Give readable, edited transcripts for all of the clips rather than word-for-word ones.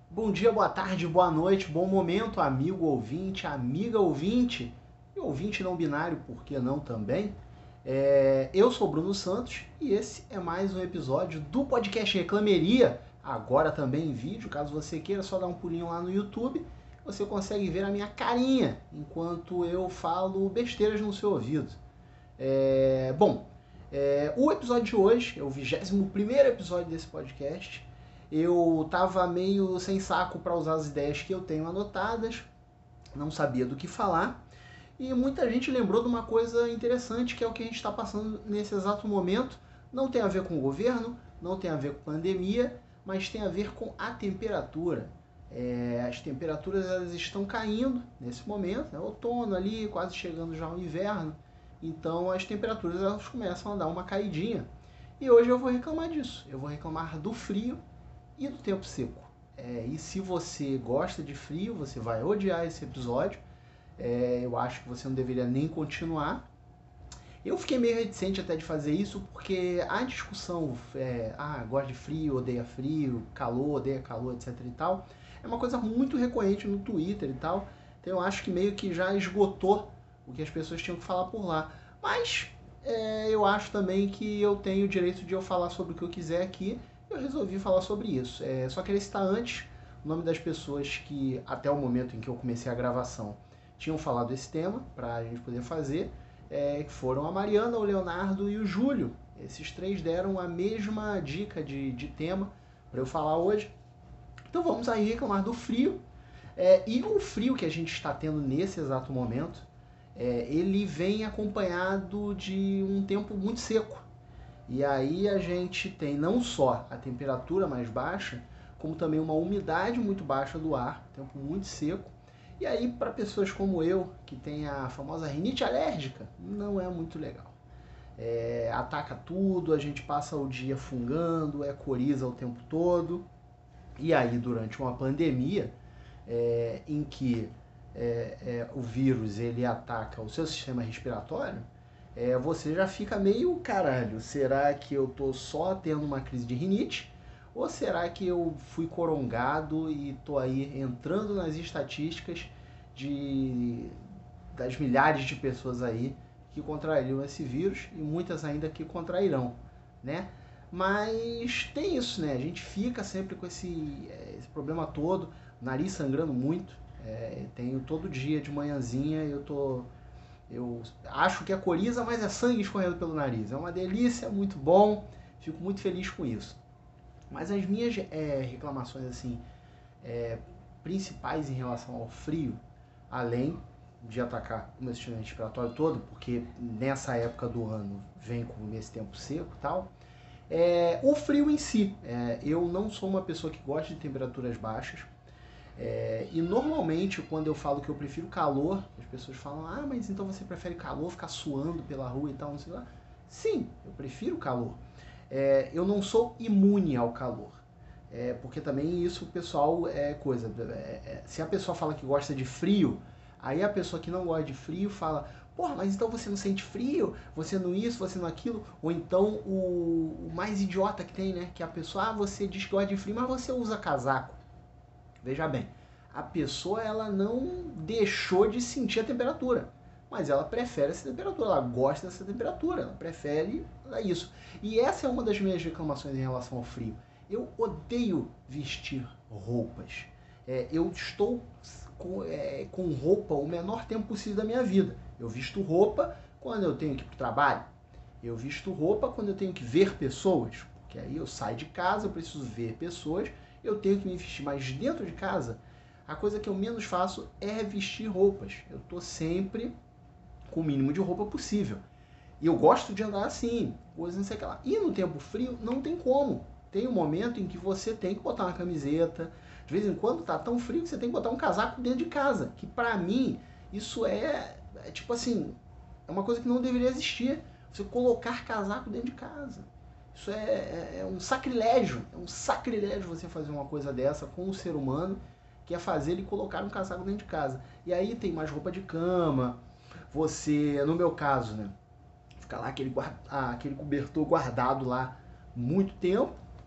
Bom dia, boa tarde, boa noite, bom momento, amigo ouvinte, amiga ouvinte e ouvinte não binário, por que não também? Eu sou Bruno Santos e esse é mais um episódio do podcast Reclameria, agora também em vídeo, caso você queira, só dar um pulinho lá no YouTube, você consegue ver a minha carinha enquanto eu falo besteiras no seu ouvido. O episódio de hoje é o 21º episódio desse podcast. Eu tava meio sem saco para usar as ideias que eu tenho anotadas, não sabia do que falar, e muita gente lembrou de uma coisa interessante que é o que a gente está passando nesse exato momento. Não tem a ver com o governo, não tem a ver com pandemia, mas tem a ver com a temperatura. As temperaturas elas estão caindo nesse momento, é outono ali, quase chegando já o inverno, então as temperaturas elas começam a dar uma caidinha. E hoje eu vou reclamar disso, eu vou reclamar do frio e do tempo seco. E se você gosta de frio, você vai odiar esse episódio. Eu acho que você não deveria nem continuar. Eu fiquei meio reticente até de fazer isso, porque a discussão, gosta de frio, odeia frio, calor, odeia calor, etc e tal, é uma coisa muito recorrente no Twitter e tal. Então eu acho que meio que já esgotou o que as pessoas tinham que falar por lá. Mas eu acho também que eu tenho o direito de eu falar sobre o que eu quiser aqui. Eu resolvi falar sobre isso. Só queria citar antes o nome das pessoas que, até o momento em que eu comecei a gravação, tinham falado esse tema, para a gente poder fazer, que foram a Mariana, o Leonardo e o Júlio. Esses três deram a mesma dica de tema para eu falar hoje. Então vamos aí reclamar do frio. E o frio que a gente está tendo nesse exato momento, ele vem acompanhado de um tempo muito seco. E aí a gente tem não só a temperatura mais baixa, como também uma umidade muito baixa do ar, tempo muito seco. E aí, para pessoas como eu, que tem a famosa rinite alérgica, não é muito legal. Ataca tudo, a gente passa o dia fungando, coriza o tempo todo. E aí, durante uma pandemia, em que o vírus ele ataca o seu sistema respiratório, você já fica meio, caralho, será que eu tô só tendo uma crise de rinite? Ou será que eu fui corongado e tô aí entrando nas estatísticas das milhares de pessoas aí que contrairiam esse vírus e muitas ainda que contrairão, né? Mas tem isso, né? A gente fica sempre com esse problema todo, nariz sangrando muito. Tenho todo dia de manhãzinha, eu acho que é coriza, mas é sangue escorrendo pelo nariz. É uma delícia, muito bom. Fico muito feliz com isso. Mas as minhas reclamações assim principais em relação ao frio, além de atacar o meu sistema respiratório todo, porque nessa época do ano vem com esse tempo seco e tal, o frio em si. Eu não sou uma pessoa que gosta de temperaturas baixas. E normalmente quando eu falo que eu prefiro calor, as pessoas falam, ah, mas então você prefere calor, ficar suando pela rua e tal, não sei lá. Sim, eu prefiro calor. Eu não sou imune ao calor. Porque também isso o pessoal coisa. Se a pessoa fala que gosta de frio, aí a pessoa que não gosta de frio fala, porra, mas então você não sente frio? Você não isso, você não aquilo? Ou então o mais idiota que tem, né? Que a pessoa, você diz que gosta de frio, mas você usa casaco. Veja bem, a pessoa ela não deixou de sentir a temperatura, mas ela prefere essa temperatura, ela gosta dessa temperatura, ela prefere isso. E essa é uma das minhas reclamações em relação ao frio. Eu odeio vestir roupas. Eu estou com roupa o menor tempo possível da minha vida. Eu visto roupa quando eu tenho que ir para o trabalho. Eu visto roupa quando eu tenho que ver pessoas. Porque aí eu saio de casa, eu preciso ver pessoas, eu tenho que me vestir. Mas dentro de casa, a coisa que eu menos faço é vestir roupas. Eu estou sempre com o mínimo de roupa possível. E eu gosto de andar assim, coisa não sei o que lá. E no tempo frio, não tem como. Tem um momento em que você tem que botar uma camiseta. De vez em quando tá tão frio que você tem que botar um casaco dentro de casa. Que pra mim, isso tipo assim, é uma coisa que não deveria existir. Você colocar casaco dentro de casa. Isso é um sacrilégio. É um sacrilégio você fazer uma coisa dessa com um ser humano, que é fazer ele colocar um casaco dentro de casa. E aí tem mais roupa de cama. Você, no meu caso, né? Fica lá aquele cobertor guardado lá muito tempo.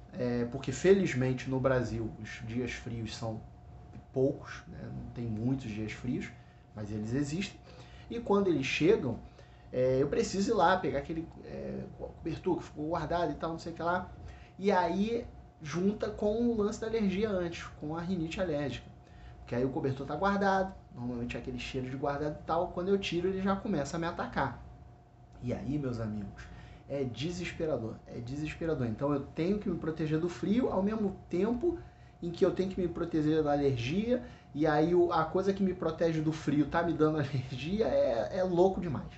porque felizmente no Brasil os dias frios são poucos, né? Não tem muitos dias frios, mas eles existem. E quando eles chegam, eu preciso ir lá pegar aquele cobertor que ficou guardado e tal, não sei o que lá. E aí junta com o lance da alergia antes, com a rinite alérgica. Porque aí o cobertor tá guardado, normalmente é aquele cheiro de guardado e tal, quando eu tiro ele já começa a me atacar. E aí, meus amigos, é desesperador. Então eu tenho que me proteger do frio ao mesmo tempo em que eu tenho que me proteger da alergia, e aí a coisa que me protege do frio tá me dando alergia, é louco demais.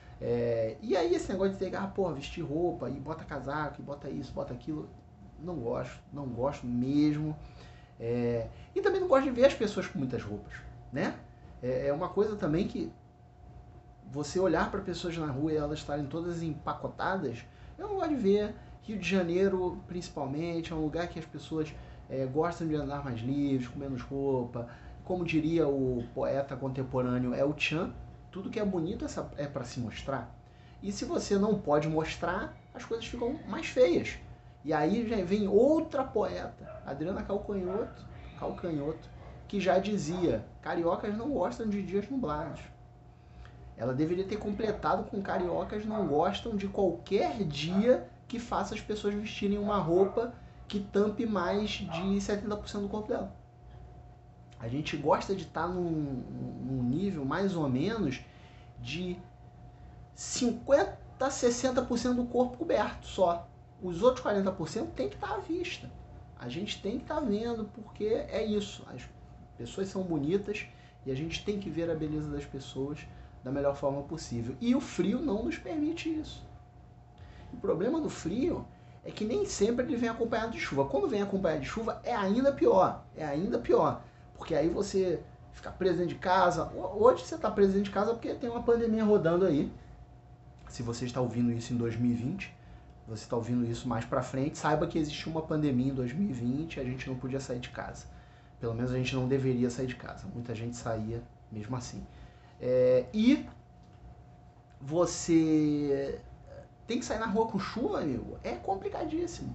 E aí esse negócio de ter, vestir roupa, e bota casaco, e bota isso, bota aquilo, não gosto mesmo. E também não gosto de ver as pessoas com muitas roupas, né? É uma coisa também que você olhar para pessoas na rua e elas estarem todas empacotadas, eu não gosto de ver. Rio de Janeiro, principalmente, é um lugar que as pessoas gostam de andar mais livres, com menos roupa. Como diria o poeta contemporâneo El Chan, tudo que é bonito é para se mostrar. E se você não pode mostrar, as coisas ficam mais feias. E aí já vem outra poeta, Adriana Calcanhoto, que já dizia: cariocas não gostam de dias nublados. Ela deveria ter completado com: cariocas não gostam de qualquer dia que faça as pessoas vestirem uma roupa que tampe mais de 70% do corpo dela. A gente gosta de estar num nível mais ou menos de 50% a 60% do corpo coberto só. Os outros 40% tem que estar à vista. A gente tem que estar vendo, porque é isso. As pessoas são bonitas e a gente tem que ver a beleza das pessoas da melhor forma possível. E o frio não nos permite isso. O problema do frio é que nem sempre ele vem acompanhado de chuva. Quando vem acompanhado de chuva, é ainda pior. Porque aí você fica preso dentro de casa. Hoje você está preso dentro de casa porque tem uma pandemia rodando aí. Se você está ouvindo isso em 2020, você está ouvindo isso mais pra frente, saiba que existiu uma pandemia em 2020 e a gente não podia sair de casa. Pelo menos a gente não deveria sair de casa. Muita gente saía mesmo assim. E você tem que sair na rua com chuva, amigo. É complicadíssimo,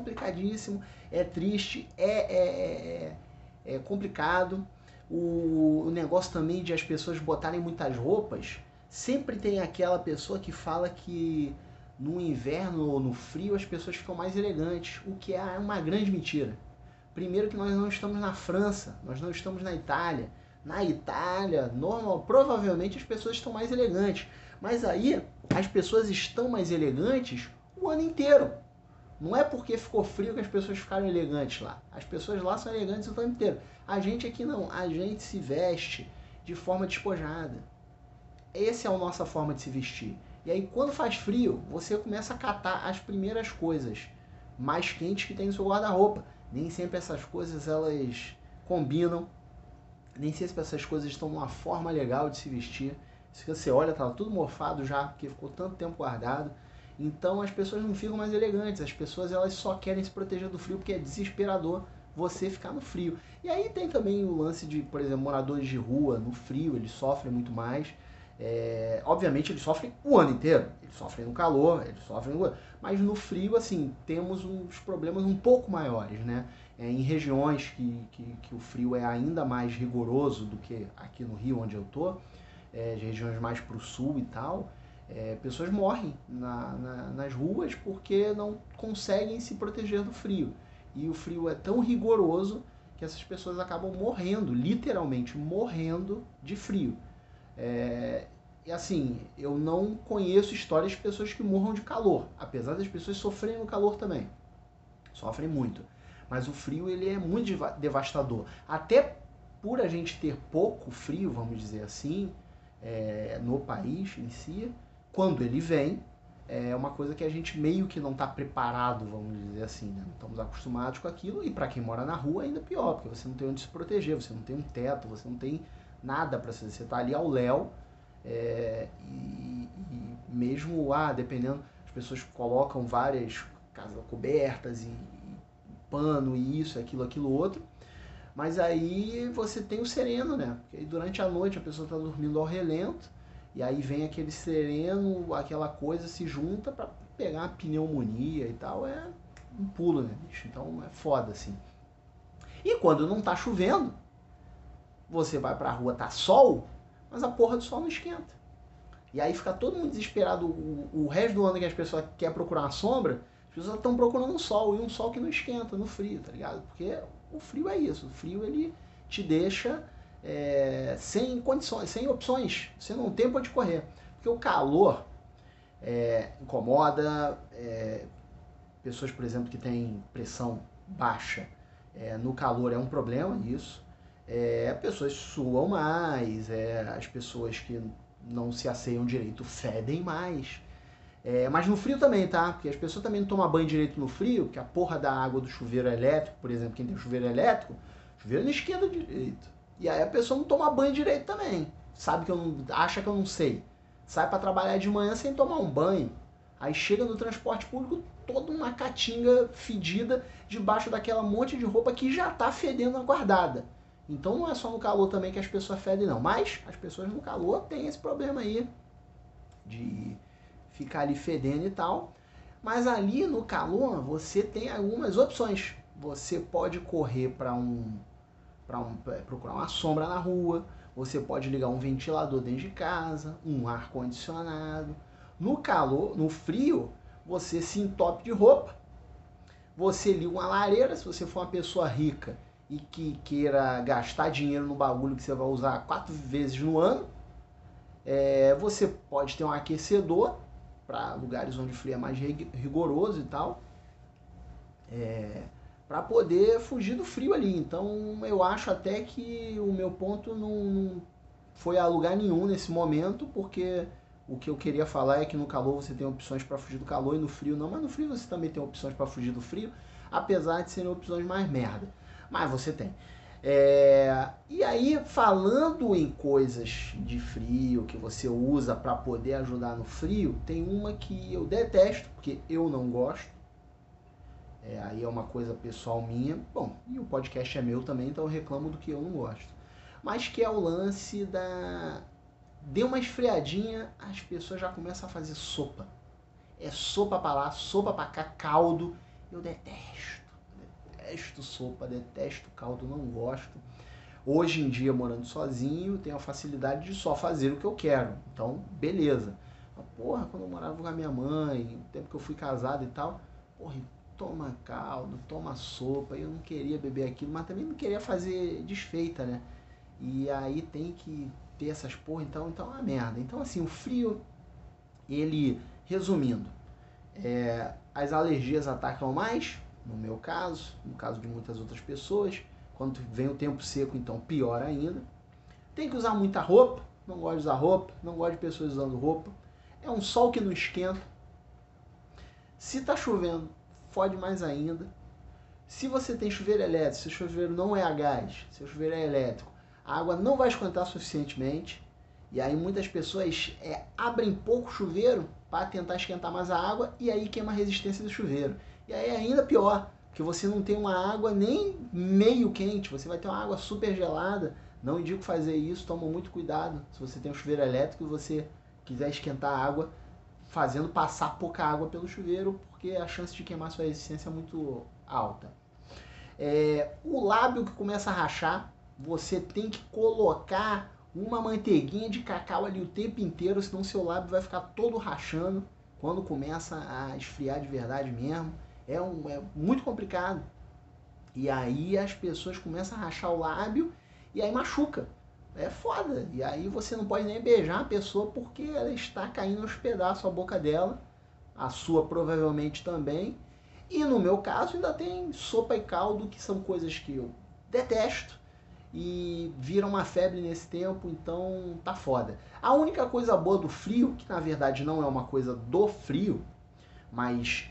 é triste, é complicado. O negócio também de as pessoas botarem muitas roupas, sempre tem aquela pessoa que fala que no inverno ou no frio as pessoas ficam mais elegantes, o que é uma grande mentira. Primeiro que nós não estamos na França, nós não estamos na Itália. Na Itália, provavelmente as pessoas estão mais elegantes. Mas aí, as pessoas estão mais elegantes o ano inteiro. Não é porque ficou frio que as pessoas ficaram elegantes lá. As pessoas lá são elegantes o ano inteiro. A gente aqui não. A gente se veste de forma despojada. Essa é a nossa forma de se vestir. E aí, quando faz frio, você começa a catar as primeiras coisas mais quentes que tem no seu guarda-roupa. Nem sempre essas coisas, elas combinam. Nem sei se essas coisas estão numa forma legal de se vestir. Se você olha, tá tudo mofado já, porque ficou tanto tempo guardado. Então as pessoas não ficam mais elegantes. As pessoas, elas só querem se proteger do frio, porque é desesperador você ficar no frio. E aí tem também o lance de, por exemplo, moradores de rua, no frio, eles sofrem muito mais. Obviamente eles sofrem o ano inteiro. Eles sofrem no calor, mas no frio, assim, temos uns problemas um pouco maiores, né? Em regiões que o frio é ainda mais rigoroso do que aqui no Rio, onde eu tô, regiões mais para o sul e tal, pessoas morrem nas ruas porque não conseguem se proteger do frio. E o frio é tão rigoroso que essas pessoas acabam morrendo, literalmente morrendo de frio. E assim, eu não conheço histórias de pessoas que morram de calor, apesar das pessoas sofrerem no calor também. Sofrem muito. Mas o frio, ele é muito devastador. Até por a gente ter pouco frio, vamos dizer assim, no país em si, quando ele vem, é uma coisa que a gente meio que não está preparado, vamos dizer assim, né? Não estamos acostumados com aquilo, e para quem mora na rua ainda pior, porque você não tem onde se proteger, você não tem um teto, você não tem nada para você está ali ao léu, e mesmo, dependendo, as pessoas colocam várias casas cobertas e pano e isso, aquilo, outro, mas aí você tem o sereno, né? Porque aí durante a noite a pessoa está dormindo ao relento, e aí vem aquele sereno, aquela coisa se junta para pegar uma pneumonia e tal, um pulo, né, bicho? Então é foda, assim. E quando não tá chovendo, você vai pra rua, tá sol, mas a porra do sol não esquenta. E aí fica todo mundo desesperado. O resto do ano que as pessoas querem procurar uma sombra, as pessoas estão procurando um sol. E um sol que não esquenta no frio, tá ligado? Porque o frio é isso. O frio, ele te deixa sem condições, sem opções. Você não tem pra onde correr. Porque o calor incomoda. Pessoas, por exemplo, que têm pressão baixa, no calor é um problema isso. Pessoas suam mais, as pessoas que não se asseiam direito fedem mais. Mas no frio também, tá? Porque as pessoas também não tomam banho direito no frio, porque a porra da água do chuveiro elétrico, por exemplo, quem tem chuveiro elétrico, o chuveiro não esquenta direito. E aí a pessoa não toma banho direito também. Sabe que acha que eu não sei. Sai pra trabalhar de manhã sem tomar um banho. Aí chega no transporte público toda uma catinga fedida debaixo daquela monte de roupa que já tá fedendo guardada. Então não é só no calor também que as pessoas fedem, não. Mas as pessoas no calor têm esse problema aí de ficar ali fedendo e tal. Mas ali no calor você tem algumas opções. Você pode correr para procurar uma sombra na rua. Você pode ligar um ventilador dentro de casa, um ar condicionado. No calor, no frio, você se entope de roupa. Você liga uma lareira, se você for uma pessoa rica e que queira gastar dinheiro no bagulho que você vai usar 4 vezes no ano, você pode ter um aquecedor para lugares onde o frio é mais rigoroso e tal, para poder fugir do frio ali. Então eu acho até que o meu ponto não foi a lugar nenhum nesse momento, porque o que eu queria falar é que no calor você tem opções para fugir do calor e no frio não, mas no frio você também tem opções para fugir do frio, apesar de serem opções mais merda. Mas você tem. E aí, falando em coisas de frio que você usa para poder ajudar no frio, tem uma que eu detesto, porque eu não gosto. Aí é uma coisa pessoal minha. Bom, e o podcast é meu também, então eu reclamo do que eu não gosto. Mas que é o lance da... Deu uma esfriadinha, as pessoas já começam a fazer sopa. É sopa pra lá, sopa pra cá, caldo. Eu detesto. Detesto sopa, detesto caldo, não gosto. Hoje em dia, morando sozinho, tenho a facilidade de só fazer o que eu quero. Então, beleza. Mas, porra, quando eu morava com a minha mãe, no tempo que eu fui casado e tal, porra, toma caldo, toma sopa. Eu não queria beber aquilo, mas também não queria fazer desfeita, né? E aí tem que ter essas porra, então é uma merda. Então, assim, o frio, ele, resumindo, as alergias atacam mais, no meu caso, no caso de muitas outras pessoas. Quando vem o tempo seco, então pior ainda. Tem que usar muita roupa, não gosto de usar roupa, não gosto de pessoas usando roupa. É um sol que não esquenta. Se tá chovendo, fode mais ainda. Se você tem chuveiro elétrico, se o chuveiro não é a gás, se o chuveiro é elétrico, a água não vai esquentar suficientemente. E aí muitas pessoas abrem pouco chuveiro para tentar esquentar mais a água e aí queima a resistência do chuveiro. E aí é ainda pior, porque você não tem uma água nem meio quente, você vai ter uma água super gelada. Não indico fazer isso, toma muito cuidado se você tem um chuveiro elétrico e você quiser esquentar a água fazendo passar pouca água pelo chuveiro, porque a chance de queimar sua resistência é muito alta. O lábio que começa a rachar, você tem que colocar uma manteiguinha de cacau ali o tempo inteiro, senão seu lábio vai ficar todo rachando quando começa a esfriar de verdade mesmo. É muito complicado. E aí as pessoas começam a rachar o lábio e aí machuca. É foda. E aí você não pode nem beijar a pessoa porque ela está caindo aos pedaços a boca dela. A sua provavelmente também. E no meu caso ainda tem sopa e caldo, que são coisas que eu detesto. E viram uma febre nesse tempo, então tá foda. A única coisa boa do frio, que na verdade não é uma coisa do frio, mas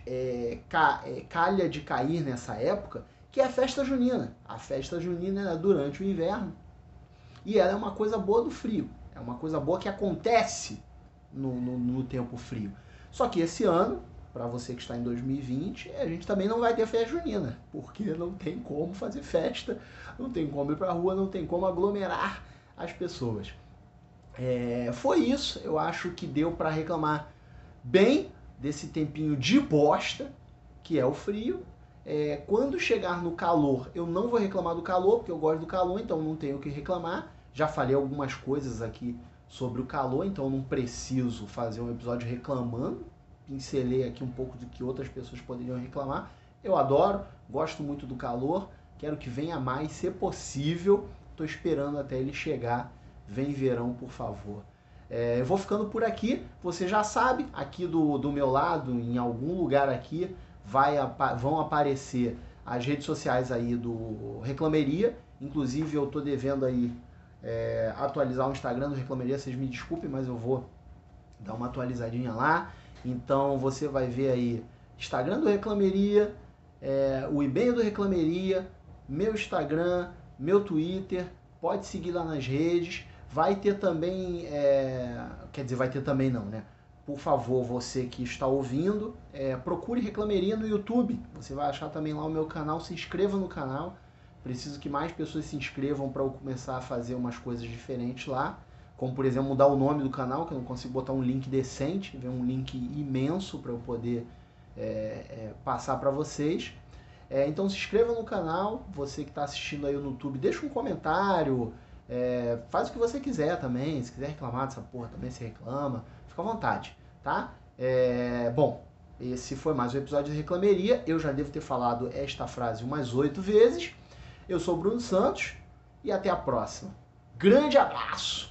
calha de cair nessa época, que é a festa junina. A festa junina é durante o inverno e ela é uma coisa boa do frio. É uma coisa boa que acontece no tempo frio. Só que esse ano, para você que está em 2020, a gente também não vai ter festa junina, porque não tem como fazer festa, não tem como ir para a rua, não tem como aglomerar as pessoas. Foi isso, eu acho que deu para reclamar bem desse tempinho de bosta, que é o frio. Quando chegar no calor, eu não vou reclamar do calor, porque eu gosto do calor, então não tenho o que reclamar. Já falei algumas coisas aqui sobre o calor, então não preciso fazer um episódio reclamando. Pincelei aqui um pouco do que outras pessoas poderiam reclamar. Eu adoro, gosto muito do calor, quero que venha mais, se possível. Estou esperando até ele chegar. Vem verão, por favor. Eu vou ficando por aqui. Você já sabe, aqui do meu lado, em algum lugar aqui, vão aparecer as redes sociais aí do Reclameria. Inclusive eu estou devendo aí atualizar o Instagram do Reclameria. Vocês me desculpem, mas eu vou dar uma atualizadinha lá. Então você vai ver aí Instagram do Reclameria, o e-mail do Reclameria, meu Instagram, meu Twitter. Pode seguir lá nas redes. Vai ter também, quer dizer, vai ter também não, né? Por favor, você que está ouvindo, procure Reclameria no YouTube. Você vai achar também lá o meu canal, se inscreva no canal. Preciso que mais pessoas se inscrevam para eu começar a fazer umas coisas diferentes lá. Como, por exemplo, mudar o nome do canal, que eu não consigo botar um link decente, ver um link imenso para eu poder passar para vocês. Então se inscreva no canal, você que está assistindo aí no YouTube, deixa um comentário, faz o que você quiser também, se quiser reclamar dessa porra também, se reclama, fica à vontade, tá? Bom, esse foi mais um episódio de Reclameria, eu já devo ter falado esta frase umas 8 vezes. Eu sou o Bruno Santos e até a próxima. Grande abraço!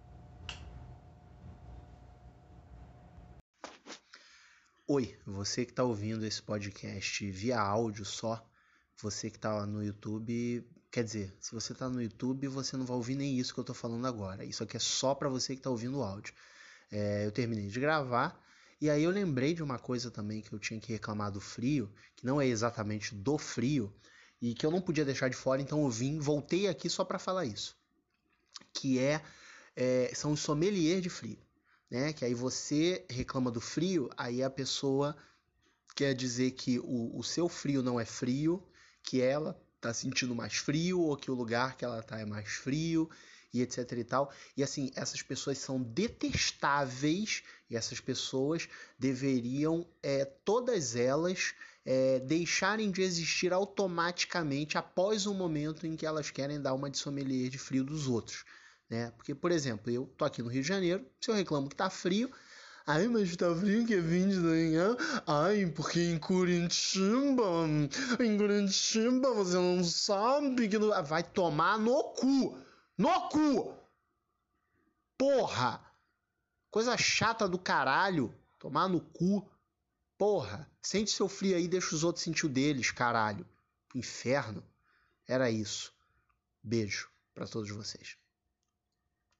Oi, você que está ouvindo esse podcast via áudio só, você que está no YouTube, quer dizer, se você está no YouTube, você não vai ouvir nem isso que eu estou falando agora. Isso aqui é só para você que está ouvindo o áudio. Eu terminei de gravar e aí eu lembrei de uma coisa também que eu tinha que reclamar do frio, que não é exatamente do frio e que eu não podia deixar de fora, então eu voltei aqui só para falar isso, que são os sommeliers de frio. Né? Que aí você reclama do frio, aí a pessoa quer dizer que o seu frio não é frio, que ela está sentindo mais frio, ou que o lugar que ela está é mais frio, e etc e tal. E assim, essas pessoas são detestáveis, e essas pessoas deveriam, todas elas, deixarem de existir automaticamente após o momento em que elas querem dar uma de sommelier de frio dos outros. Né? Porque, por exemplo, eu tô aqui no Rio de Janeiro, se eu reclamo que tá frio, ai, mas tá frio que é 20 da manhã, ai, porque em Curitiba você não sabe que... Vai tomar no cu! No cu! Porra! Coisa chata do caralho, tomar no cu. Porra, sente seu frio aí, deixa os outros sentir o deles, caralho. Inferno. Era isso. Beijo pra todos vocês.